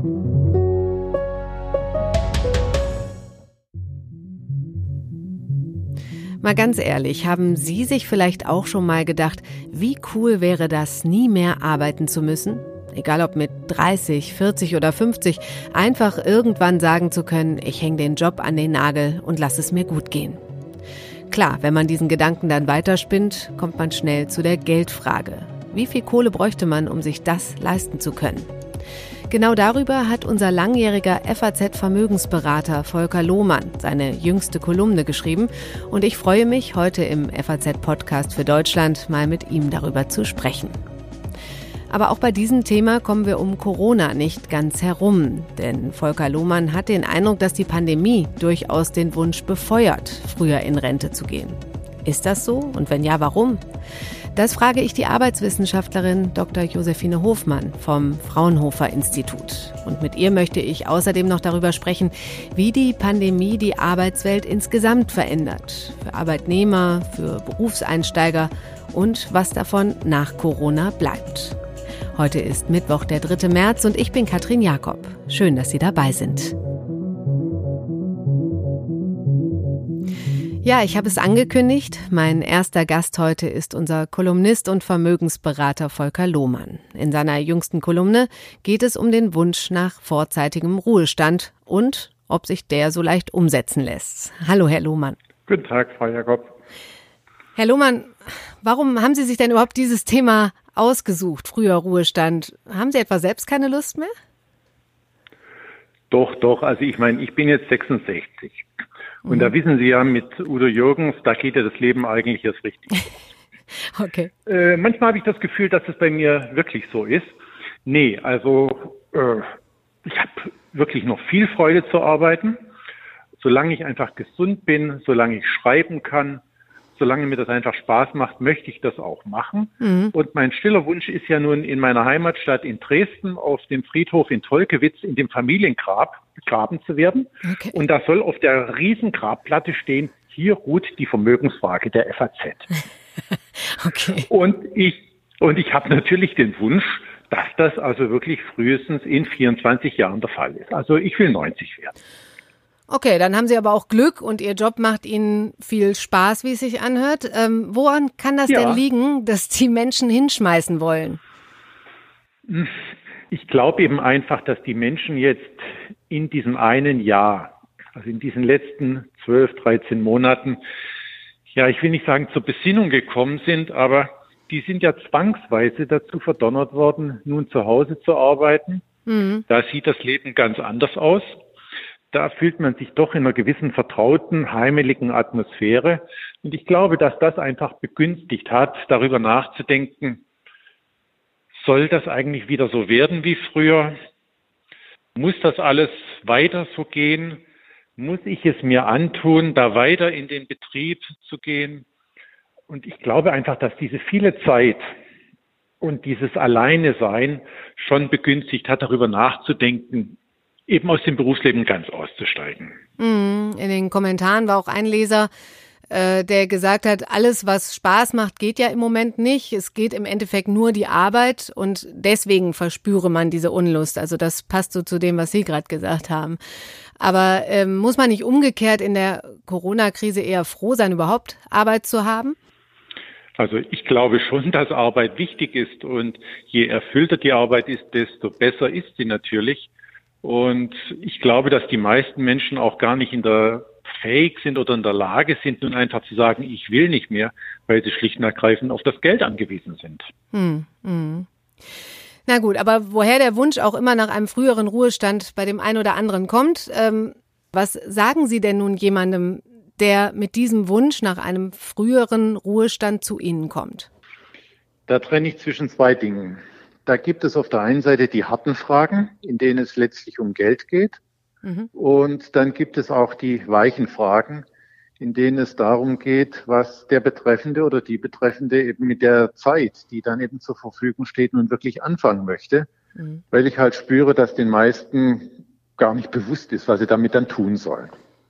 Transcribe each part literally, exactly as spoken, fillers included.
Mal ganz ehrlich, haben Sie sich vielleicht auch schon mal gedacht, wie cool wäre das, nie mehr arbeiten zu müssen? Egal ob mit dreißig, vierzig oder fünfzig, einfach irgendwann sagen zu können, ich hänge den Job an den Nagel und lass es mir gut gehen. Klar, wenn man diesen Gedanken dann weiterspinnt, kommt man schnell zu der Geldfrage. Wie viel Kohle bräuchte man, um sich das leisten zu können? Genau darüber hat unser langjähriger F A Z-Vermögensberater Volker Lohmann seine jüngste Kolumne geschrieben und ich freue mich, heute im F A Z-Podcast für Deutschland mal mit ihm darüber zu sprechen. Aber auch bei diesem Thema kommen wir um Corona nicht ganz herum, denn Volker Lohmann hat den Eindruck, dass die Pandemie durchaus den Wunsch befeuert, früher in Rente zu gehen. Ist das so? Und wenn ja, warum? Das frage ich die Arbeitswissenschaftlerin Doktor Josephine Hofmann vom Fraunhofer-Institut. Und mit ihr möchte ich außerdem noch darüber sprechen, wie die Pandemie die Arbeitswelt insgesamt verändert. Für Arbeitnehmer, für Berufseinsteiger und was davon nach Corona bleibt. Heute ist Mittwoch, der dritte März und ich bin Katrin Jakob. Schön, dass Sie dabei sind. Ja, ich habe es angekündigt. Mein erster Gast heute ist unser Kolumnist und Vermögensberater Volker Lohmann. In seiner jüngsten Kolumne geht es um den Wunsch nach vorzeitigem Ruhestand und ob sich der so leicht umsetzen lässt. Hallo, Herr Lohmann. Guten Tag, Frau Jakob. Herr Lohmann, warum haben Sie sich denn überhaupt dieses Thema ausgesucht, früher Ruhestand? Haben Sie etwa selbst keine Lust mehr? Doch, doch. Also ich meine, ich bin jetzt sechsundsechzig. Und mhm. da wissen Sie ja, mit Udo Jürgens, da geht ja das Leben eigentlich erst richtig los. Okay. Äh, manchmal habe ich das Gefühl, dass es bei mir wirklich so ist. Nee, also äh, ich habe wirklich noch viel Freude zu arbeiten. Solange ich einfach gesund bin, solange ich schreiben kann, solange mir das einfach Spaß macht, möchte ich das auch machen. Mhm. Und mein stiller Wunsch ist ja nun in meiner Heimatstadt in Dresden auf dem Friedhof in Tolkewitz in dem Familiengrab begraben zu werden. Okay. Und da soll auf der Riesengrabplatte stehen, hier ruht die Vermögensfrage der F A Z. Okay. Und ich, und ich habe natürlich den Wunsch, dass das also wirklich frühestens in vierundzwanzig Jahren der Fall ist. Also ich will neunzig werden. Okay, dann haben Sie aber auch Glück und Ihr Job macht Ihnen viel Spaß, wie es sich anhört. Ähm, woran kann das ja. denn liegen, dass die Menschen hinschmeißen wollen? Ich glaube eben einfach, dass die Menschen jetzt in diesem einen Jahr, also in diesen letzten zwölf, dreizehn Monaten, ja, ich will nicht sagen zur Besinnung gekommen sind, aber die sind ja zwangsweise dazu verdonnert worden, nun zu Hause zu arbeiten. Mhm. Da sieht das Leben ganz anders aus. Da fühlt man sich doch in einer gewissen vertrauten, heimeligen Atmosphäre. Und ich glaube, dass das einfach begünstigt hat, darüber nachzudenken, soll das eigentlich wieder so werden wie früher? Muss das alles weiter so gehen? Muss ich es mir antun, da weiter in den Betrieb zu gehen? Und ich glaube einfach, dass diese viele Zeit und dieses Alleine-Sein schon begünstigt hat, darüber nachzudenken, eben aus dem Berufsleben ganz auszusteigen. In den Kommentaren war auch ein Leser, äh, der gesagt hat, alles, was Spaß macht, geht ja im Moment nicht. Es geht im Endeffekt nur die Arbeit und deswegen verspüre man diese Unlust. Also das passt so zu dem, was Sie gerade gesagt haben. Aber ähm, muss man nicht umgekehrt in der Corona-Krise eher froh sein, überhaupt Arbeit zu haben? Also ich glaube schon, dass Arbeit wichtig ist und je erfüllter die Arbeit ist, desto besser ist sie natürlich. Und ich glaube, dass die meisten Menschen auch gar nicht in der fähig sind oder in der Lage sind, nun einfach zu sagen, ich will nicht mehr, weil sie schlicht und ergreifend auf das Geld angewiesen sind. Hm, hm. Na gut, aber woher der Wunsch auch immer nach einem früheren Ruhestand bei dem einen oder anderen kommt, ähm, was sagen Sie denn nun jemandem, der mit diesem Wunsch nach einem früheren Ruhestand zu Ihnen kommt? Da trenne ich zwischen zwei Dingen. Da gibt es auf der einen Seite die harten Fragen, in denen es letztlich um Geld geht. Mhm. Und dann gibt es auch die weichen Fragen, in denen es darum geht, was der Betreffende oder die Betreffende eben mit der Zeit, die dann eben zur Verfügung steht, nun wirklich anfangen möchte. Mhm. Weil ich halt spüre, dass den meisten gar nicht bewusst ist, was sie damit dann tun sollen.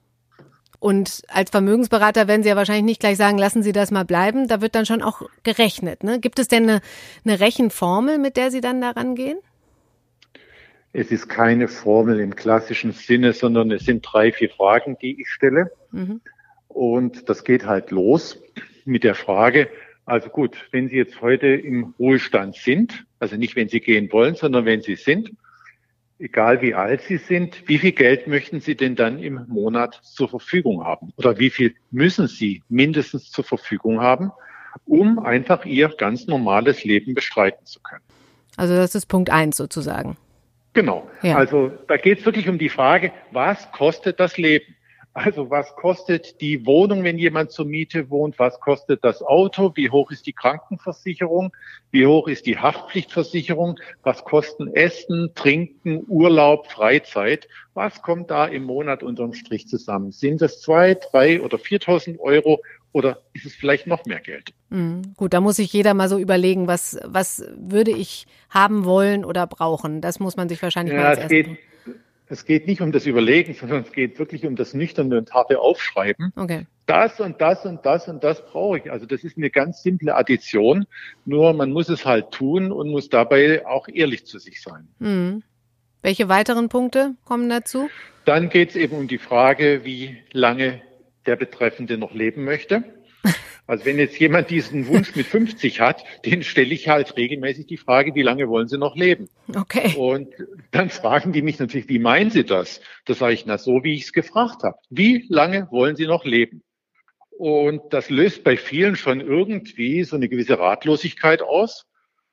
Und als Vermögensberater werden Sie ja wahrscheinlich nicht gleich sagen, lassen Sie das mal bleiben. Da wird dann schon auch gerechnet, ne? Gibt es denn eine, eine Rechenformel, mit der Sie dann da rangehen? Es ist keine Formel im klassischen Sinne, sondern es sind drei, vier Fragen, die ich stelle. Mhm. Und das geht halt los mit der Frage, also gut, wenn Sie jetzt heute im Ruhestand sind, also nicht, wenn Sie gehen wollen, sondern wenn Sie sind, egal wie alt Sie sind, wie viel Geld möchten Sie denn dann im Monat zur Verfügung haben? Oder wie viel müssen Sie mindestens zur Verfügung haben, um einfach Ihr ganz normales Leben bestreiten zu können? Also das ist Punkt eins sozusagen. Genau. Ja. Also da geht es wirklich um die Frage, was kostet das Leben? Also was kostet die Wohnung, wenn jemand zur Miete wohnt? Was kostet das Auto? Wie hoch ist die Krankenversicherung? Wie hoch ist die Haftpflichtversicherung? Was kosten Essen, Trinken, Urlaub, Freizeit? Was kommt da im Monat unterm Strich zusammen? Sind das zwei, drei oder viertausend Euro? Oder ist es vielleicht noch mehr Geld? Mhm. Gut, da muss sich jeder mal so überlegen, was, was würde ich haben wollen oder brauchen? Das muss man sich wahrscheinlich ja, mal als erstes tun. Es geht nicht um das Überlegen, sondern es geht wirklich um das nüchterne und harte Aufschreiben. Okay. Das und das und das und das brauche ich. Also das ist eine ganz simple Addition. Nur man muss es halt tun und muss dabei auch ehrlich zu sich sein. Mhm. Welche weiteren Punkte kommen dazu? Dann geht es eben um die Frage, wie lange der Betreffende noch leben möchte. Also wenn jetzt jemand diesen Wunsch mit fünfzig hat, den stelle ich halt regelmäßig die Frage, wie lange wollen Sie noch leben? Okay. Und dann fragen die mich natürlich, wie meinen Sie das? Das sage ich, na so, wie ich es gefragt habe. Wie lange wollen Sie noch leben? Und das löst bei vielen schon irgendwie so eine gewisse Ratlosigkeit aus.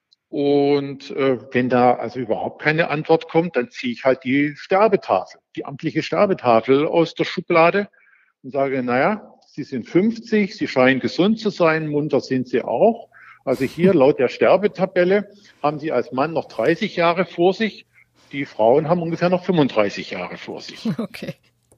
Und äh, wenn da also überhaupt keine Antwort kommt, dann ziehe ich halt die Sterbetafel, die amtliche Sterbetafel aus der Schublade und sage, naja, Sie sind fünfzig, Sie scheinen gesund zu sein, munter sind Sie auch. Also hier laut der Sterbetabelle haben Sie als Mann noch dreißig Jahre vor sich. Die Frauen haben ungefähr noch fünfunddreißig Jahre vor sich. Okay.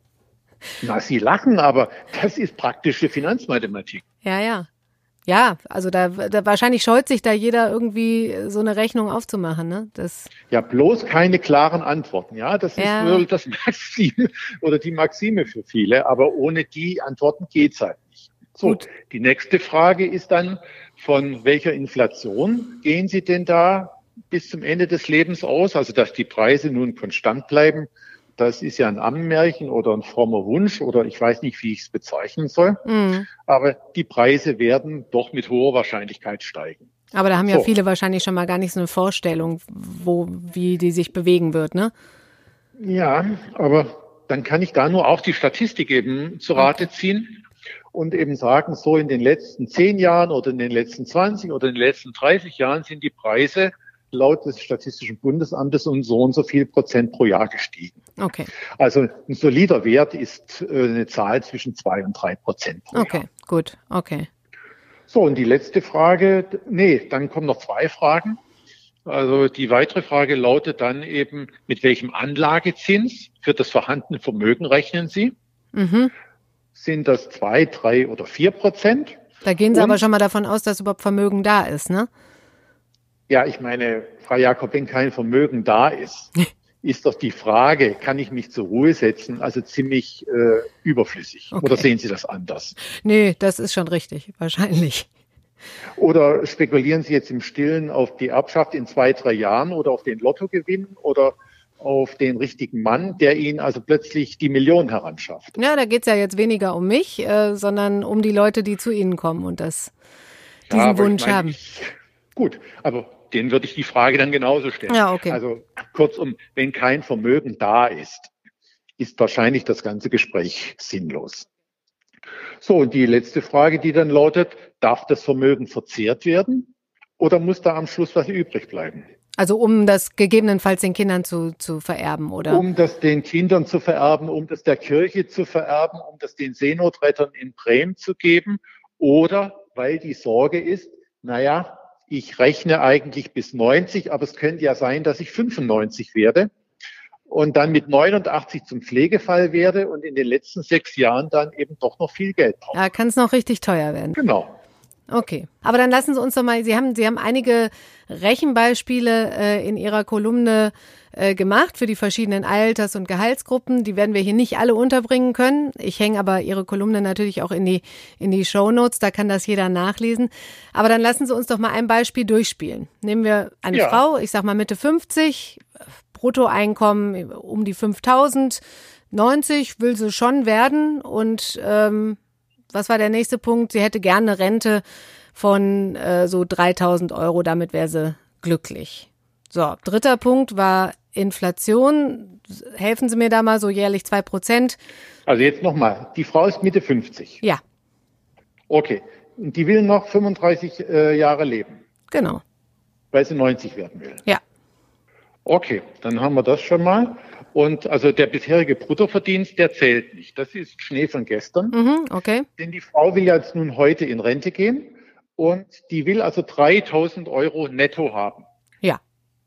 Na, Sie lachen, aber das ist praktische Finanzmathematik. Ja, ja. Ja, also da, da wahrscheinlich scheut sich da jeder irgendwie so eine Rechnung aufzumachen, ne? Das ja, bloß keine klaren Antworten, ja. Das ja. ist wohl das Maxime oder die Maxime für viele, aber ohne die Antworten geht's halt nicht. So, Gut. Die nächste Frage ist dann, von welcher Inflation gehen Sie denn da bis zum Ende des Lebens aus? Also, dass die Preise nun konstant bleiben, das ist ja ein Ammenmärchen oder ein frommer Wunsch oder ich weiß nicht, wie ich es bezeichnen soll. Mhm. Aber die Preise werden doch mit hoher Wahrscheinlichkeit steigen. Aber da haben ja so. viele wahrscheinlich schon mal gar nicht so eine Vorstellung, wo, wie die sich bewegen wird, ne? Ja, aber dann kann ich da nur auch die Statistik eben zu Rate ziehen und eben sagen, so in den letzten zehn Jahren oder in den letzten zwanzig oder in den letzten dreißig Jahren sind die Preise laut des Statistischen Bundesamtes um so und so viel Prozent pro Jahr gestiegen. Okay. Also ein solider Wert ist eine Zahl zwischen zwei und drei Prozent pro Okay, Jahr. gut, okay. So, und die letzte Frage, nee, dann kommen noch zwei Fragen. Also die weitere Frage lautet dann eben, mit welchem Anlagezins für das vorhandene Vermögen rechnen Sie? Mhm. Sind das zwei, drei oder vier Prozent? Da gehen Sie und, aber schon mal davon aus, dass überhaupt Vermögen da ist, ne? Ja, ich meine, Frau Jakob, wenn kein Vermögen da ist, ist doch die Frage, kann ich mich zur Ruhe setzen, also ziemlich äh, überflüssig. Okay. Oder sehen Sie das anders? Nee, das ist schon richtig, wahrscheinlich. Oder spekulieren Sie jetzt im Stillen auf die Erbschaft in zwei, drei Jahren oder auf den Lottogewinn oder auf den richtigen Mann, der Ihnen also plötzlich die Million heranschafft? Ja, da geht's ja jetzt weniger um mich, äh, sondern um die Leute, die zu Ihnen kommen und das, diesen ja, Wunsch ich mein, haben. Ich, gut, aber denen würde ich die Frage dann genauso stellen. Ja, okay. Also kurzum, wenn kein Vermögen da ist, ist wahrscheinlich das ganze Gespräch sinnlos. So, und die letzte Frage, die dann lautet, darf das Vermögen verzehrt werden oder muss da am Schluss was übrig bleiben? Also um das gegebenenfalls den Kindern zu, zu vererben, oder? Um das den Kindern zu vererben, um das der Kirche zu vererben, um das den Seenotrettern in Bremen zu geben oder weil die Sorge ist, naja, ich rechne eigentlich bis neunzig, aber es könnte ja sein, dass ich fünfundneunzig werde und dann mit neunundachtzig zum Pflegefall werde und in den letzten sechs Jahren dann eben doch noch viel Geld brauche. Da kann es noch richtig teuer werden. Genau. Okay, aber dann lassen Sie uns doch mal, Sie haben, Sie haben einige Rechenbeispiele äh, in Ihrer Kolumne äh, gemacht für die verschiedenen Alters- und Gehaltsgruppen. Die werden wir hier nicht alle unterbringen können. Ich hänge aber Ihre Kolumne natürlich auch in die, in die Shownotes, da kann das jeder nachlesen. Aber dann lassen Sie uns doch mal ein Beispiel durchspielen. Nehmen wir eine ja. Frau, ich sag mal Mitte fünfzig, Bruttoeinkommen um die fünftausend. neunzig will sie schon werden. Und ähm, was war der nächste Punkt? Sie hätte gerne eine Rente von äh, so dreitausend Euro. Damit wäre sie glücklich. So, dritter Punkt war Inflation. Helfen Sie mir da mal, so jährlich zwei Prozent. Also jetzt nochmal, die Frau ist Mitte fünfzig. Ja. Okay, und die will noch fünfunddreißig äh, Jahre leben. Genau. Weil sie neunzig werden will. Ja. Okay, dann haben wir das schon mal. Und also der bisherige Bruttoverdienst, der zählt nicht. Das ist Schnee von gestern. Mhm, okay. Denn die Frau will ja jetzt nun heute in Rente gehen und die will also dreitausend Euro netto haben. Ja.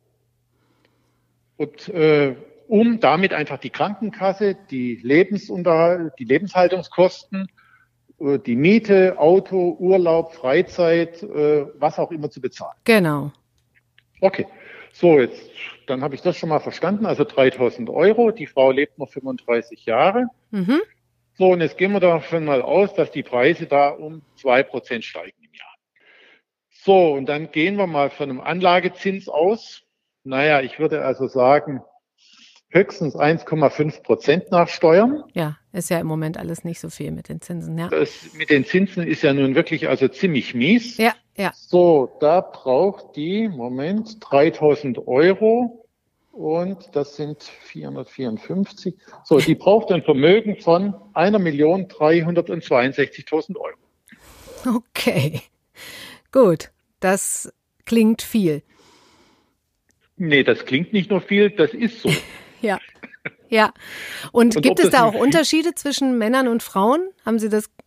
Und äh, um damit einfach die Krankenkasse, die Lebensunterhalt, die Lebenshaltungskosten, äh, die Miete, Auto, Urlaub, Freizeit, äh, was auch immer zu bezahlen. Genau. Okay, so jetzt, dann habe ich das schon mal verstanden. Also dreitausend Euro, die Frau lebt noch fünfunddreißig Jahre. Mhm. So, und jetzt gehen wir davon mal aus, dass die Preise da um zwei Prozent steigen im Jahr. So, und dann gehen wir mal von einem Anlagezins aus. Naja, ich würde also sagen, höchstens eins Komma fünf Prozent nach Steuern. Ja, ist ja im Moment alles nicht so viel mit den Zinsen, ja. Das mit den Zinsen ist ja nun wirklich also ziemlich mies. Ja, ja. So, da braucht die, Moment, dreitausend Euro und das sind vierhundertvierundfünfzig. So, die braucht ein Vermögen von eine Million dreihundertzweiundsechzigtausend Euro. Okay, gut, das klingt viel. Nee, das klingt nicht nur viel, das ist so. Ja, ja. Und, Und gibt ob es das da auch ein- Unterschiede zwischen Männern und Frauen? Haben Sie das?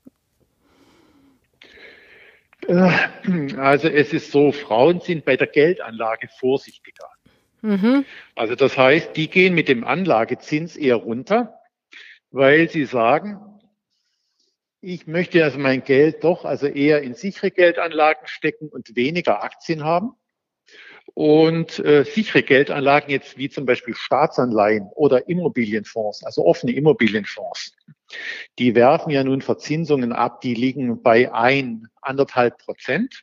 Also es ist so, Frauen sind bei der Geldanlage vorsichtiger. Mhm. Also das heißt, die gehen mit dem Anlagezins eher runter, weil sie sagen, ich möchte also mein Geld doch also eher in sichere Geldanlagen stecken und weniger Aktien haben. Und äh, sichere Geldanlagen jetzt wie zum Beispiel Staatsanleihen oder Immobilienfonds, also offene Immobilienfonds, die werfen ja nun Verzinsungen ab, die liegen bei ein, anderthalb Prozent.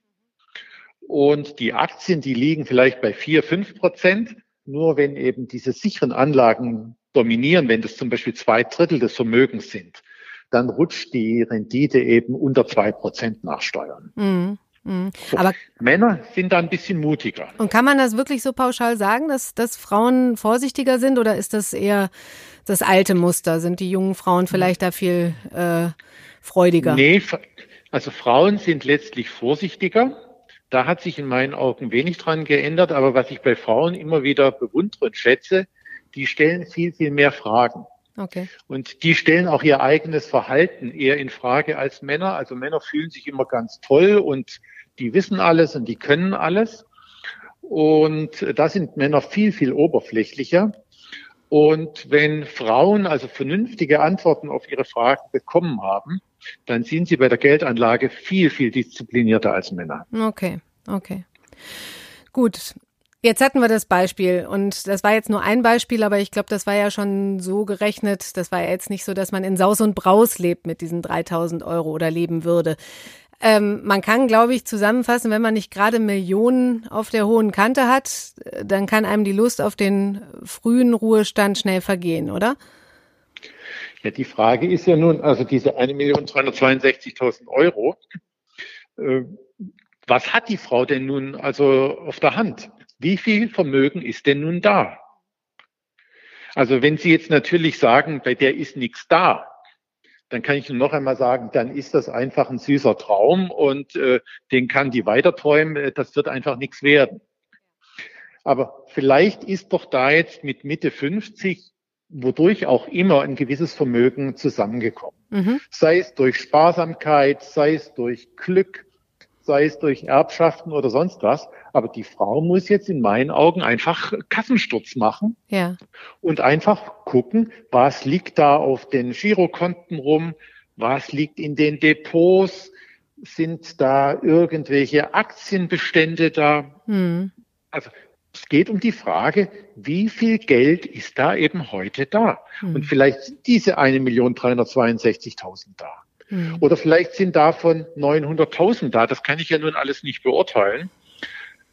Und die Aktien, die liegen vielleicht bei vier, fünf Prozent. Nur wenn eben diese sicheren Anlagen dominieren, wenn das zum Beispiel zwei Drittel des Vermögens sind, dann rutscht die Rendite eben unter zwei Prozent nach Steuern. Mhm. Mhm. So, Aber Männer sind da ein bisschen mutiger. und kann man das wirklich so pauschal sagen, dass, dass Frauen vorsichtiger sind, oder ist das eher das alte Muster? Sind die jungen Frauen vielleicht da viel äh, freudiger? Nee, also Frauen sind letztlich vorsichtiger. Da hat sich in meinen Augen wenig dran geändert. Aber was ich bei Frauen immer wieder bewundere und schätze, die stellen viel, viel mehr Fragen. Okay. Und die stellen auch ihr eigenes Verhalten eher in Frage als Männer. Also Männer fühlen sich immer ganz toll und die wissen alles und die können alles. Und da sind Männer viel, viel oberflächlicher. Und wenn Frauen also vernünftige Antworten auf ihre Fragen bekommen haben, dann sind sie bei der Geldanlage viel, viel disziplinierter als Männer. Okay, okay. Gut. Jetzt hatten wir das Beispiel und das war jetzt nur ein Beispiel, aber ich glaube, das war ja schon so gerechnet, das war ja jetzt nicht so, dass man in Saus und Braus lebt mit diesen dreitausend Euro oder leben würde. Ähm, man kann, glaube ich, zusammenfassen, wenn man nicht gerade Millionen auf der hohen Kante hat, dann kann einem die Lust auf den frühen Ruhestand schnell vergehen, oder? Ja, die Frage ist ja nun, also diese eine Million dreihundertzweiundsechzigtausend Euro, äh, was hat die Frau denn nun also auf der Hand? Wie viel Vermögen ist denn nun da? Also wenn Sie jetzt natürlich sagen, bei der ist nichts da, dann kann ich nur noch einmal sagen, dann ist das einfach ein süßer Traum und äh, den kann die weiter träumen, das wird einfach nichts werden. Aber vielleicht ist doch da jetzt mit Mitte fünfzig, wodurch auch immer, ein gewisses Vermögen zusammengekommen. Mhm. Sei es durch Sparsamkeit, sei es durch Glück, sei es durch Erbschaften oder sonst was. Aber die Frau muss jetzt in meinen Augen einfach Kassensturz machen, ja, und einfach gucken, was liegt da auf den Girokonten rum, was liegt in den Depots, sind da irgendwelche Aktienbestände da. Mhm. Also es geht um die Frage, wie viel Geld ist da eben heute da? Mhm. Und vielleicht sind diese eine Million dreihundertzweiundsechzigtausend da. Mhm. Oder vielleicht sind davon neunhunderttausend da. Das kann ich ja nun alles nicht beurteilen.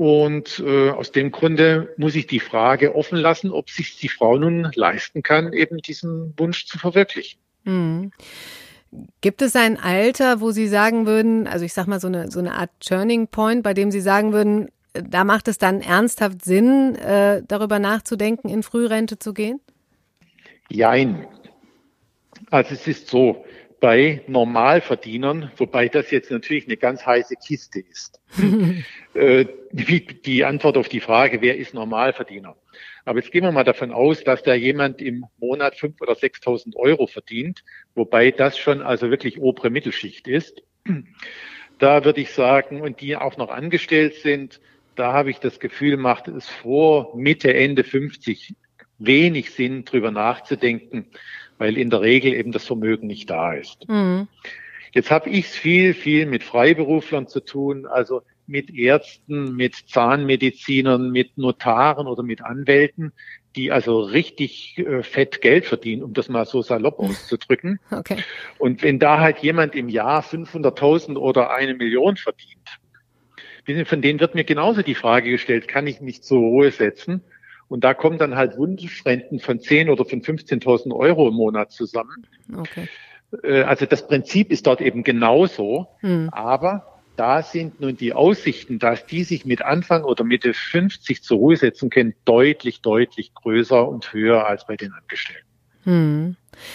Und äh, aus dem Grunde muss ich die Frage offen lassen, ob sich die Frau nun leisten kann, eben diesen Wunsch zu verwirklichen. Mhm. Gibt es ein Alter, wo Sie sagen würden, also ich sag mal so eine, so eine Art Turning Point, bei dem Sie sagen würden, da macht es dann ernsthaft Sinn, äh, darüber nachzudenken, in Frührente zu gehen? Jein. Also es ist so, bei Normalverdienern, wobei das jetzt natürlich eine ganz heiße Kiste ist, äh, die, die Antwort auf die Frage, wer ist Normalverdiener? Aber jetzt gehen wir mal davon aus, dass da jemand im Monat fünftausend oder sechstausend Euro verdient, wobei das schon also wirklich obere Mittelschicht ist. Da würde ich sagen, und die auch noch angestellt sind, da habe ich das Gefühl, macht es vor Mitte, Ende fünfzig wenig Sinn, drüber nachzudenken, weil in der Regel eben das Vermögen nicht da ist. Mhm. Jetzt habe ich es viel, viel mit Freiberuflern zu tun, also mit Ärzten, mit Zahnmedizinern, mit Notaren oder mit Anwälten, die also richtig äh, fett Geld verdienen, um das mal so salopp auszudrücken. Okay. Und wenn da halt jemand im Jahr fünfhunderttausend oder eine Million verdient, von denen wird mir genauso die Frage gestellt, kann ich mich zur Ruhe setzen? Und da kommen dann halt Wunschrenten von zehn oder von fünfzehntausend Euro im Monat zusammen. Okay. Also das Prinzip ist dort eben genauso, hm. aber da sind nun die Aussichten, dass die sich mit Anfang oder Mitte fünfzig zur Ruhe setzen können, deutlich, deutlich größer und höher als bei den Angestellten. Hm.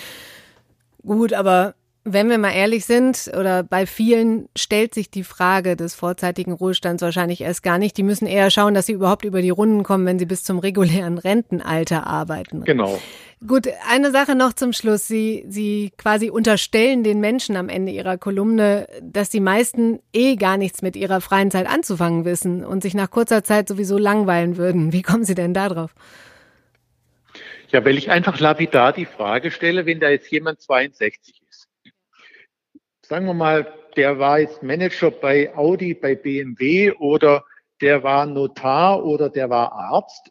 Gut, aber wenn wir mal ehrlich sind, oder bei vielen stellt sich die Frage des vorzeitigen Ruhestands wahrscheinlich erst gar nicht. Die müssen eher schauen, dass sie überhaupt über die Runden kommen, wenn sie bis zum regulären Rentenalter arbeiten. Genau. Gut, eine Sache noch zum Schluss. Sie, Sie quasi unterstellen den Menschen am Ende Ihrer Kolumne, dass die meisten eh gar nichts mit ihrer freien Zeit anzufangen wissen und sich nach kurzer Zeit sowieso langweilen würden. Wie kommen Sie denn da drauf? Ja, weil ich einfach lapidar die Frage stelle, wenn da jetzt jemand zweiundsechzig ist. Sagen wir mal, der war jetzt Manager bei Audi, bei B M W oder der war Notar oder der war Arzt.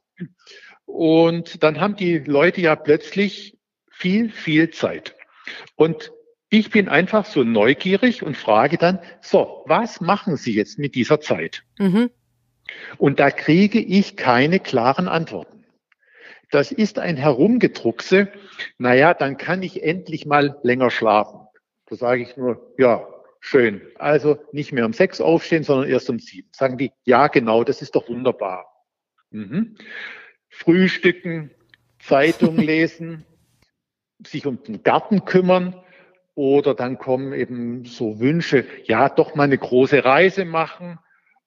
Und dann haben die Leute ja plötzlich viel, viel Zeit. Und ich bin einfach so neugierig und frage dann, so, was machen Sie jetzt mit dieser Zeit? Mhm. Und da kriege ich keine klaren Antworten. Das ist ein Herumgedruckse. Naja, dann kann ich endlich mal länger schlafen. Da sage ich nur, ja, schön. Also nicht mehr um sechs aufstehen, sondern erst um sieben. Sagen die, ja, genau, das ist doch wunderbar. Mhm. Frühstücken, Zeitung lesen, sich um den Garten kümmern oder dann kommen eben so Wünsche, ja, doch mal eine große Reise machen.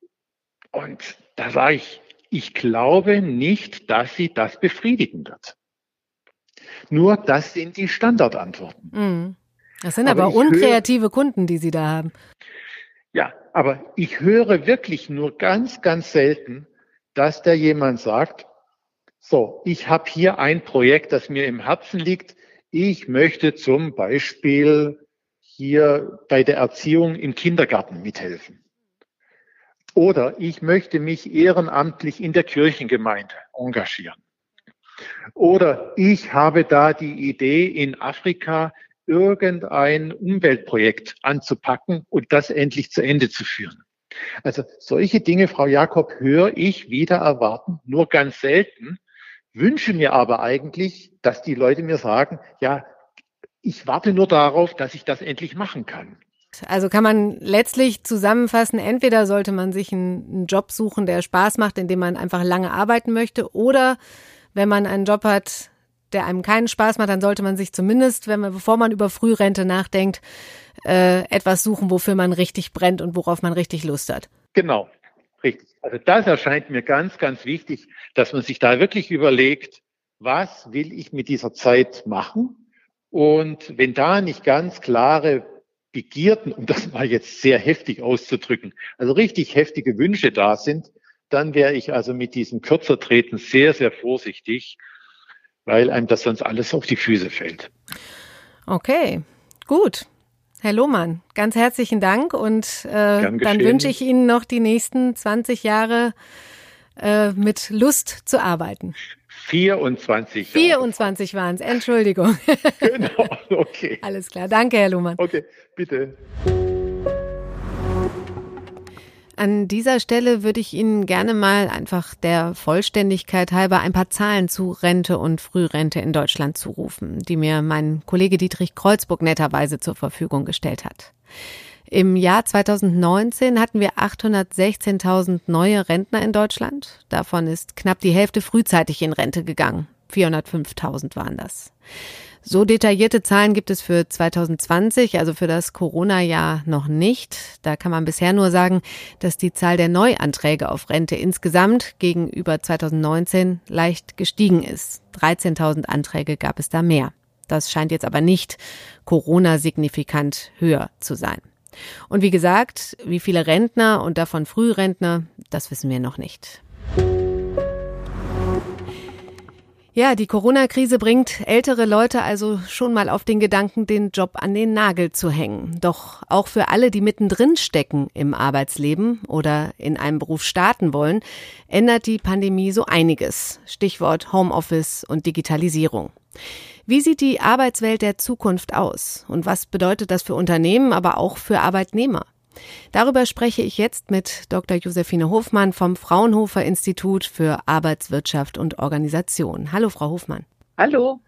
Und da sage ich, ich glaube nicht, dass sie das befriedigen wird. Nur das sind die Standardantworten. Mhm. Das sind aber, aber unkreative höre, Kunden, die Sie da haben. Ja, aber ich höre wirklich nur ganz, ganz selten, dass da jemand sagt, so, ich habe hier ein Projekt, das mir im Herzen liegt. Ich möchte zum Beispiel hier bei der Erziehung im Kindergarten mithelfen. Oder ich möchte mich ehrenamtlich in der Kirchengemeinde engagieren. Oder ich habe da die Idee, in Afrika irgendein Umweltprojekt anzupacken und das endlich zu Ende zu führen. Also solche Dinge, Frau Jakob, höre ich wieder erwarten, nur ganz selten, wünsche mir aber eigentlich, dass die Leute mir sagen, ja, ich warte nur darauf, dass ich das endlich machen kann. Also kann man letztlich zusammenfassen, entweder sollte man sich einen, einen Job suchen, der Spaß macht, in dem man einfach lange arbeiten möchte, oder wenn man einen Job hat, der einem keinen Spaß macht, dann sollte man sich zumindest, wenn man, bevor man über Frührente nachdenkt, äh, etwas suchen, wofür man richtig brennt und worauf man richtig Lust hat. Genau, richtig. Also das erscheint mir ganz, ganz wichtig, dass man sich da wirklich überlegt, was will ich mit dieser Zeit machen? Und wenn da nicht ganz klare Begierden, um das mal jetzt sehr heftig auszudrücken, also richtig heftige Wünsche da sind, dann wäre ich also mit diesem Kürzertreten sehr, sehr vorsichtig, weil einem das sonst alles auf die Füße fällt. Okay, gut. Herr Lohmann, ganz herzlichen Dank und äh, dann wünsche ich Ihnen noch die nächsten zwanzig Jahre äh, mit Lust zu arbeiten. vierundzwanzig Jahre. vierundzwanzig waren es, Entschuldigung. Genau, okay. Alles klar, danke Herr Lohmann. Okay, bitte. An dieser Stelle würde ich Ihnen gerne mal einfach der Vollständigkeit halber ein paar Zahlen zu Rente und Frührente in Deutschland zurufen, die mir mein Kollege Dietrich Kreuzburg netterweise zur Verfügung gestellt hat. Im Jahr zweitausendneunzehn hatten wir achthundertsechzehntausend neue Rentner in Deutschland. Davon ist knapp die Hälfte frühzeitig in Rente gegangen. vierhundertfünftausend waren das. So detaillierte Zahlen gibt es für zweitausendzwanzig, also für das Corona-Jahr, noch nicht. Da kann man bisher nur sagen, dass die Zahl der Neuanträge auf Rente insgesamt gegenüber zweitausendneunzehn leicht gestiegen ist. dreizehntausend Anträge gab es da mehr. Das scheint jetzt aber nicht Corona-signifikant höher zu sein. Und wie gesagt, wie viele Rentner und davon Frührentner, das wissen wir noch nicht. Ja, die Corona-Krise bringt ältere Leute also schon mal auf den Gedanken, den Job an den Nagel zu hängen. Doch auch für alle, die mittendrin stecken im Arbeitsleben oder in einem Beruf starten wollen, ändert die Pandemie so einiges. Stichwort Homeoffice und Digitalisierung. Wie sieht die Arbeitswelt der Zukunft aus? Und was bedeutet das für Unternehmen, aber auch für Arbeitnehmer? Darüber spreche ich jetzt mit Doktor Josephine Hofmann vom Fraunhofer Institut für Arbeitswirtschaft und Organisation. Hallo, Frau Hofmann. Hallo.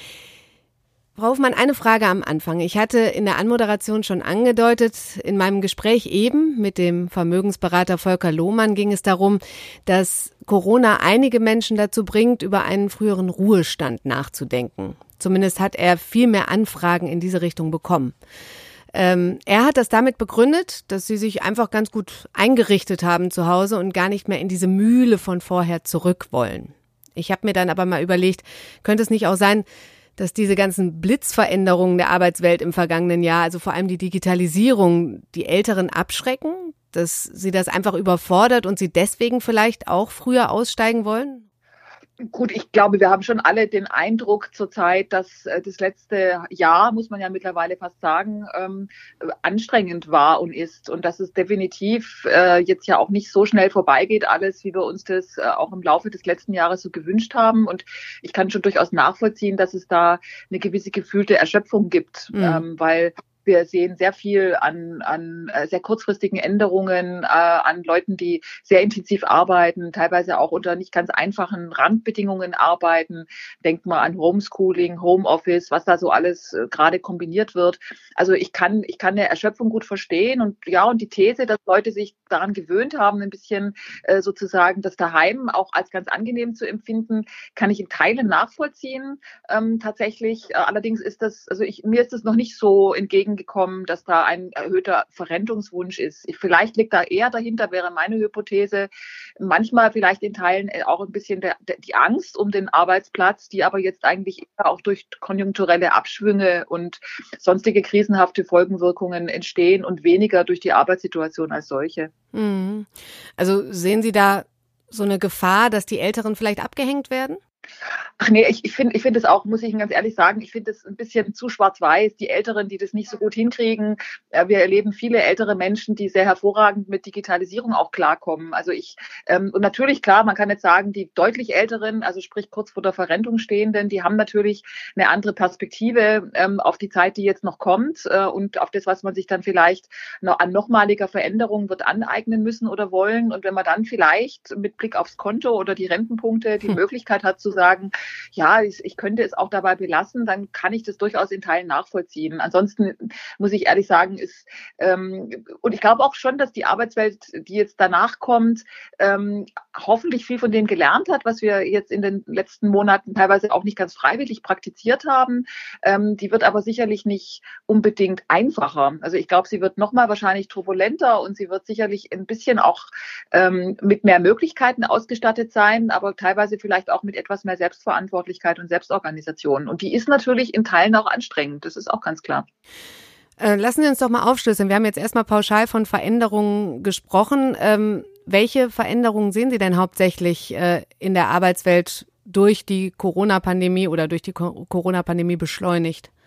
Frau Hofmann, eine Frage am Anfang. Ich hatte in der Anmoderation schon angedeutet, in meinem Gespräch eben mit dem Vermögensberater Volker Lohmann ging es darum, dass Corona einige Menschen dazu bringt, über einen früheren Ruhestand nachzudenken. Zumindest hat er viel mehr Anfragen in diese Richtung bekommen. Ähm, er hat das damit begründet, dass sie sich einfach ganz gut eingerichtet haben zu Hause und gar nicht mehr in diese Mühle von vorher zurück wollen. Ich habe mir dann aber mal überlegt, könnte es nicht auch sein, dass diese ganzen Blitzveränderungen der Arbeitswelt im vergangenen Jahr, also vor allem die Digitalisierung, die Älteren abschrecken, dass sie das einfach überfordert und sie deswegen vielleicht auch früher aussteigen wollen? Gut, ich glaube, wir haben schon alle den Eindruck zurzeit, dass das letzte Jahr, muss man ja mittlerweile fast sagen, ähm, anstrengend war und ist und dass es definitiv äh, jetzt ja auch nicht so schnell vorbeigeht, alles, wie wir uns das äh, auch im Laufe des letzten Jahres so gewünscht haben. Und ich kann schon durchaus nachvollziehen, dass es da eine gewisse gefühlte Erschöpfung gibt, mhm. ähm, weil wir sehen sehr viel an, an sehr kurzfristigen Änderungen, äh, an Leuten, die sehr intensiv arbeiten, teilweise auch unter nicht ganz einfachen Randbedingungen arbeiten. Denkt mal an Homeschooling, Homeoffice, was da so alles äh, gerade kombiniert wird. Also ich kann, ich kann eine Erschöpfung gut verstehen und ja, und die These, dass Leute sich daran gewöhnt haben, ein bisschen äh, sozusagen das Daheim auch als ganz angenehm zu empfinden, kann ich in Teilen nachvollziehen. Ähm, tatsächlich, äh, allerdings ist das, also ich, mir ist das noch nicht so entgegen gekommen, dass da ein erhöhter Verrentungswunsch ist. Vielleicht liegt da eher dahinter, wäre meine Hypothese, manchmal vielleicht in Teilen auch ein bisschen der, der, die Angst um den Arbeitsplatz, die aber jetzt eigentlich eher auch durch konjunkturelle Abschwünge und sonstige krisenhafte Folgenwirkungen entstehen und weniger durch die Arbeitssituation als solche. Also sehen Sie da so eine Gefahr, dass die Älteren vielleicht abgehängt werden? Ach nee, ich, ich finde ich finde es auch, muss ich Ihnen ganz ehrlich sagen, ich finde es ein bisschen zu schwarz-weiß. Die Älteren, die das nicht so gut hinkriegen. Wir erleben viele ältere Menschen, die sehr hervorragend mit Digitalisierung auch klarkommen. Also ich, ähm, und natürlich, klar, man kann jetzt sagen, die deutlich Älteren, also sprich kurz vor der Verrentung stehenden, die haben natürlich eine andere Perspektive ähm, auf die Zeit, die jetzt noch kommt äh, und auf das, was man sich dann vielleicht noch an nochmaliger Veränderung wird aneignen müssen oder wollen. Und wenn man dann vielleicht mit Blick aufs Konto oder die Rentenpunkte die hm. Möglichkeit hat zu sagen, ja, ich, ich könnte es auch dabei belassen, dann kann ich das durchaus in Teilen nachvollziehen. Ansonsten muss ich ehrlich sagen, ist, ähm, und ich glaube auch schon, dass die Arbeitswelt, die jetzt danach kommt, ähm, hoffentlich viel von dem gelernt hat, was wir jetzt in den letzten Monaten teilweise auch nicht ganz freiwillig praktiziert haben. Ähm, die wird aber sicherlich nicht unbedingt einfacher. Also ich glaube, sie wird nochmal wahrscheinlich turbulenter und sie wird sicherlich ein bisschen auch ähm, mit mehr Möglichkeiten ausgestattet sein, aber teilweise vielleicht auch mit etwas mehr Selbstverantwortlichkeit und Selbstorganisation. Und die ist natürlich in Teilen auch anstrengend. Das ist auch ganz klar. Äh, lassen Sie uns doch mal aufschlüsseln. Wir haben jetzt erstmal pauschal von Veränderungen gesprochen. Ähm, welche Veränderungen sehen Sie denn hauptsächlich äh, in der Arbeitswelt durch die Corona-Pandemie oder durch die Co- Corona-Pandemie beschleunigt?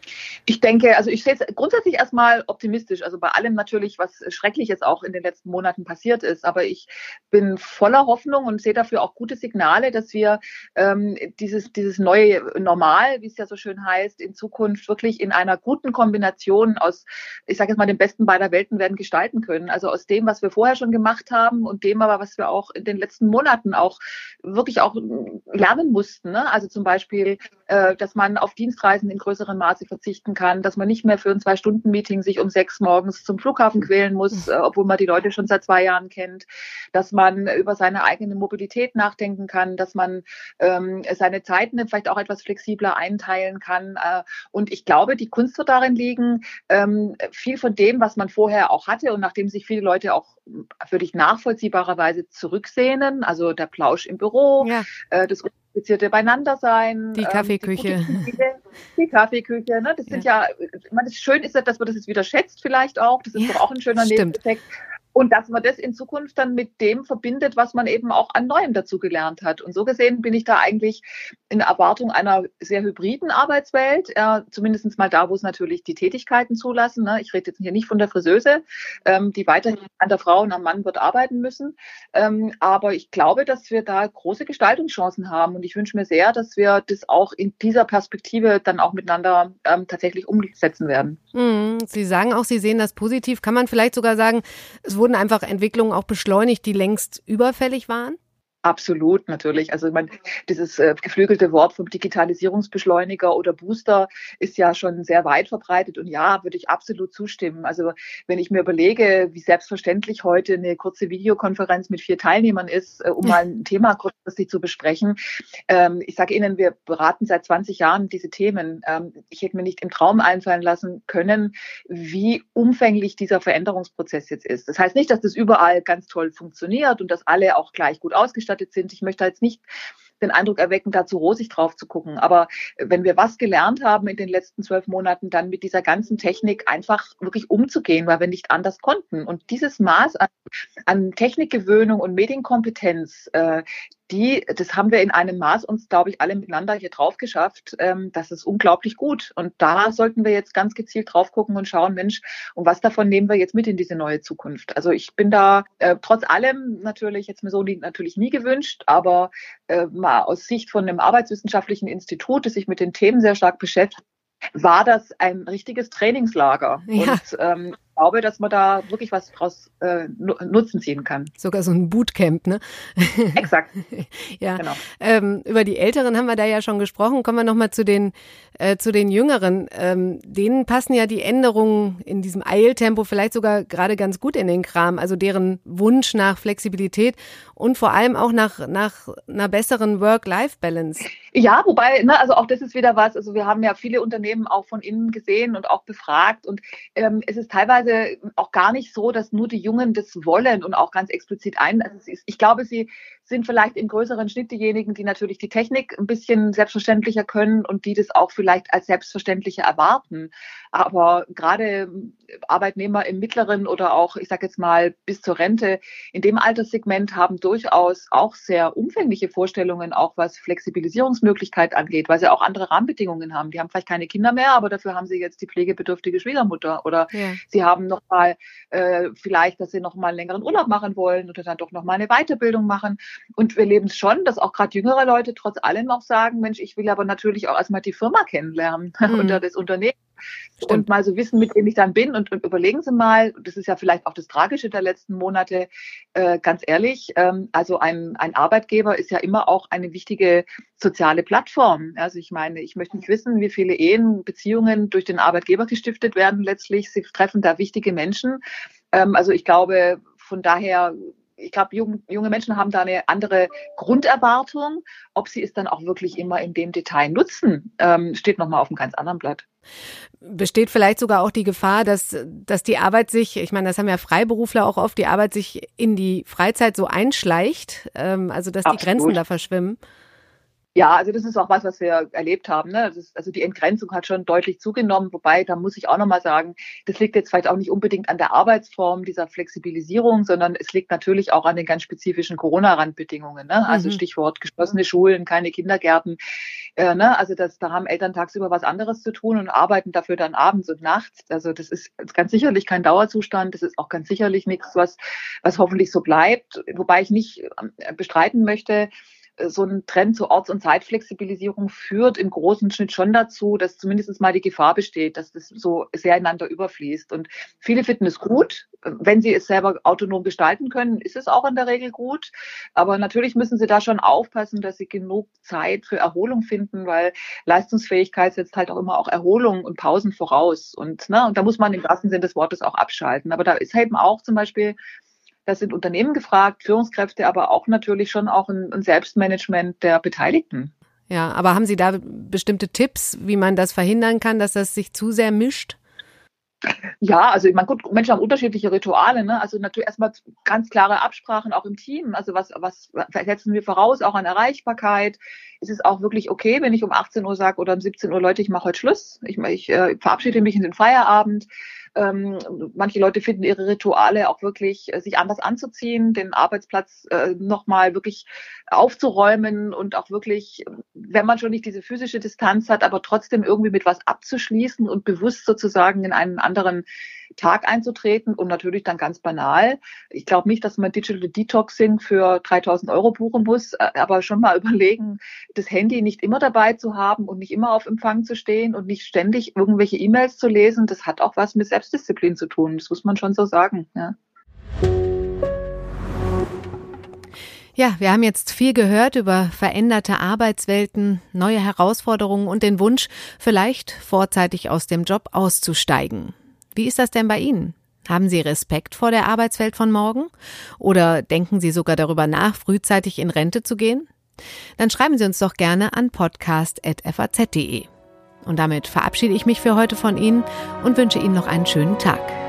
Ich denke, also ich sehe es grundsätzlich erstmal optimistisch, also bei allem natürlich, was Schreckliches auch in den letzten Monaten passiert ist. Aber ich bin voller Hoffnung und sehe dafür auch gute Signale, dass wir ähm, dieses, dieses neue Normal, wie es ja so schön heißt, in Zukunft wirklich in einer guten Kombination aus, ich sage jetzt mal, den Besten beider Welten werden gestalten können. Also aus dem, was wir vorher schon gemacht haben und dem aber, was wir auch in den letzten Monaten auch wirklich auch lernen mussten. Ne? Also zum Beispiel, äh, dass man auf Dienstreisen in größerem Maße verzichten kann, dass man nicht mehr für ein Zwei-Stunden-Meeting sich um sechs morgens zum Flughafen quälen muss, äh, obwohl man die Leute schon seit zwei Jahren kennt, dass man über seine eigene Mobilität nachdenken kann, dass man ähm, seine Zeiten vielleicht auch etwas flexibler einteilen kann. Äh, und ich glaube, die Kunst wird darin liegen, ähm, viel von dem, was man vorher auch hatte und nachdem sich viele Leute auch völlig nachvollziehbarerweise zurücksehnen, also der Plausch im Büro, ja. äh, das unkomplizierte Beieinandersein, die Kaffeeküche. Ähm, die, die Kaffeeküche, ne? Das sind ja, ja ich meine, das schön ist ja, dass man das jetzt wieder schätzt vielleicht auch. Das ist ja, doch auch ein schöner Nebeneffekt. Und dass man das in Zukunft dann mit dem verbindet, was man eben auch an Neuem dazugelernt hat. Und so gesehen bin ich da eigentlich in Erwartung einer sehr hybriden Arbeitswelt, äh, zumindest mal da, wo es natürlich die Tätigkeiten zulassen. Ne? Ich rede jetzt hier nicht von der Friseuse, ähm, die weiterhin an der Frau und am Mann wird arbeiten müssen. Ähm, aber ich glaube, dass wir da große Gestaltungschancen haben. Und ich wünsche mir sehr, dass wir das auch in dieser Perspektive dann auch miteinander ähm, tatsächlich umsetzen werden. Mhm. Sie sagen auch, Sie sehen das positiv. Kann man vielleicht sogar sagen, es wurden einfach Entwicklungen auch beschleunigt, die längst überfällig waren? Absolut, natürlich. Also ich meine, dieses äh, geflügelte Wort vom Digitalisierungsbeschleuniger oder Booster ist ja schon sehr weit verbreitet. Und ja, würde ich absolut zustimmen. Also wenn ich mir überlege, wie selbstverständlich heute eine kurze Videokonferenz mit vier Teilnehmern ist, äh, um mal ein Thema kurzfristig zu besprechen. Ähm, ich sage Ihnen, wir beraten seit zwanzig Jahren diese Themen. Ähm, ich hätte mir nicht im Traum einfallen lassen können, wie umfänglich dieser Veränderungsprozess jetzt ist. Das heißt nicht, dass das überall ganz toll funktioniert und dass alle auch gleich gut ausgestattet sind. Ich möchte jetzt nicht den Eindruck erwecken, da zu rosig drauf zu gucken. Aber wenn wir was gelernt haben in den letzten zwölf Monaten, dann mit dieser ganzen Technik einfach wirklich umzugehen, weil wir nicht anders konnten. Und dieses Maß an, an Technikgewöhnung und Medienkompetenz, äh, die, das haben wir in einem Maß uns, glaube ich, alle miteinander hier drauf geschafft. Ähm, das ist unglaublich gut. Und da sollten wir jetzt ganz gezielt drauf gucken und schauen, Mensch, und was davon nehmen wir jetzt mit in diese neue Zukunft? Also ich bin da äh, trotz allem natürlich, jetzt mir so nie, natürlich nie gewünscht, aber äh, mal aus Sicht von einem arbeitswissenschaftlichen Institut, das sich mit den Themen sehr stark beschäftigt, war das ein richtiges Trainingslager. Ja. Und ähm, ich glaube, dass man da wirklich was draus äh, Nutzen ziehen kann. Sogar so ein Bootcamp, ne? Exakt. Ja. Genau. Ähm, über die Älteren haben wir da ja schon gesprochen. Kommen wir nochmal zu den, äh, zu den Jüngeren. Ähm, denen passen ja die Änderungen in diesem Eiltempo vielleicht sogar gerade ganz gut in den Kram. Also deren Wunsch nach Flexibilität und vor allem auch nach, nach einer besseren Work-Life-Balance. Ja, wobei, ne, also auch das ist wieder was, also wir haben ja viele Unternehmen auch von innen gesehen und auch befragt und ähm, es ist teilweise auch gar nicht so, dass nur die Jungen das wollen und auch ganz explizit ein. Also es ist, ich glaube, sie sind vielleicht im größeren Schnitt diejenigen, die natürlich die Technik ein bisschen selbstverständlicher können und die das auch vielleicht als selbstverständlicher erwarten. Aber gerade Arbeitnehmer im mittleren oder auch, ich sage jetzt mal, bis zur Rente, in dem Alterssegment haben durchaus auch sehr umfängliche Vorstellungen, auch was Flexibilisierungsmöglichkeit angeht, weil sie auch andere Rahmenbedingungen haben. Die haben vielleicht keine Kinder mehr, aber dafür haben sie jetzt die pflegebedürftige Schwiegermutter oder ja. sie haben noch mal äh, vielleicht, dass sie noch mal einen längeren Urlaub machen wollen oder dann doch noch mal eine Weiterbildung machen. Und wir leben es schon, dass auch gerade jüngere Leute trotz allem auch sagen, Mensch, ich will aber natürlich auch erstmal die Firma kennenlernen mhm. oder das Unternehmen. Stimmt. Und mal so wissen, mit wem ich dann bin. Und, und überlegen Sie mal, das ist ja vielleicht auch das Tragische der letzten Monate, äh, ganz ehrlich, ähm, also ein, ein Arbeitgeber ist ja immer auch eine wichtige soziale Plattform. Also ich meine, ich möchte nicht wissen, wie viele Ehen, Beziehungen durch den Arbeitgeber gestiftet werden letztlich. Sie treffen da wichtige Menschen. Ähm, also ich glaube, von daher... Ich glaube, junge, junge Menschen haben da eine andere Grunderwartung. Ob sie es dann auch wirklich immer in dem Detail nutzen, ähm, steht nochmal auf einem ganz anderen Blatt. Besteht vielleicht sogar auch die Gefahr, dass, dass die Arbeit sich, ich meine, das haben ja Freiberufler auch oft, die Arbeit sich in die Freizeit so einschleicht, ähm, also dass Absolut. Die Grenzen da verschwimmen? Ja, also das ist auch was, was wir erlebt haben. Ne? Das ist, also die Entgrenzung hat schon deutlich zugenommen, wobei, da muss ich auch nochmal sagen, das liegt jetzt vielleicht auch nicht unbedingt an der Arbeitsform dieser Flexibilisierung, sondern es liegt natürlich auch an den ganz spezifischen Corona-Randbedingungen. Ne? Also mhm. Stichwort geschlossene Schulen, keine Kindergärten. Äh, ne? Also das, da haben Eltern tagsüber was anderes zu tun und arbeiten dafür dann abends und nachts. Also das ist ganz sicherlich kein Dauerzustand. Das ist auch ganz sicherlich nichts, was, was hoffentlich so bleibt. Wobei ich nicht bestreiten möchte, so ein Trend zur Orts- und Zeitflexibilisierung führt im großen Schnitt schon dazu, dass zumindest mal die Gefahr besteht, dass das so sehr ineinander überfließt. Und viele finden es gut. Wenn sie es selber autonom gestalten können, ist es auch in der Regel gut. Aber natürlich müssen sie da schon aufpassen, dass sie genug Zeit für Erholung finden, weil Leistungsfähigkeit setzt halt auch immer auch Erholung und Pausen voraus. Und, ne, und da muss man im wahrsten Sinne des Wortes auch abschalten. Aber da ist eben auch zum Beispiel, das sind Unternehmen gefragt, Führungskräfte, aber auch natürlich schon auch ein, ein Selbstmanagement der Beteiligten. Ja, aber haben Sie da bestimmte Tipps, wie man das verhindern kann, dass das sich zu sehr mischt? Ja, also ich meine, gut, Menschen haben unterschiedliche Rituale, ne? Also natürlich erstmal ganz klare Absprachen auch im Team. Also was, was setzen wir voraus, auch an Erreichbarkeit? Ist es auch wirklich okay, wenn ich um achtzehn Uhr sage oder um siebzehn Uhr, Leute, ich mache heute Schluss, ich, ich äh, verabschiede mich in den Feierabend. Ähm, manche Leute finden ihre Rituale auch wirklich, äh, sich anders anzuziehen, den Arbeitsplatz äh, nochmal wirklich aufzuräumen und auch wirklich, wenn man schon nicht diese physische Distanz hat, aber trotzdem irgendwie mit was abzuschließen und bewusst sozusagen in einen anderen Tag einzutreten und natürlich dann ganz banal. Ich glaube nicht, dass man Digital Detoxing für dreitausend Euro buchen muss, aber schon mal überlegen, das Handy nicht immer dabei zu haben und nicht immer auf Empfang zu stehen und nicht ständig irgendwelche E-Mails zu lesen. Das hat auch was mit Selbstdisziplin zu tun. Das muss man schon so sagen. Ja. Ja, wir haben jetzt viel gehört über veränderte Arbeitswelten, neue Herausforderungen und den Wunsch, vielleicht vorzeitig aus dem Job auszusteigen. Wie ist das denn bei Ihnen? Haben Sie Respekt vor der Arbeitswelt von morgen? Oder denken Sie sogar darüber nach, frühzeitig in Rente zu gehen? Dann schreiben Sie uns doch gerne an podcast punkt f a z punkt d e. Und damit verabschiede ich mich für heute von Ihnen und wünsche Ihnen noch einen schönen Tag.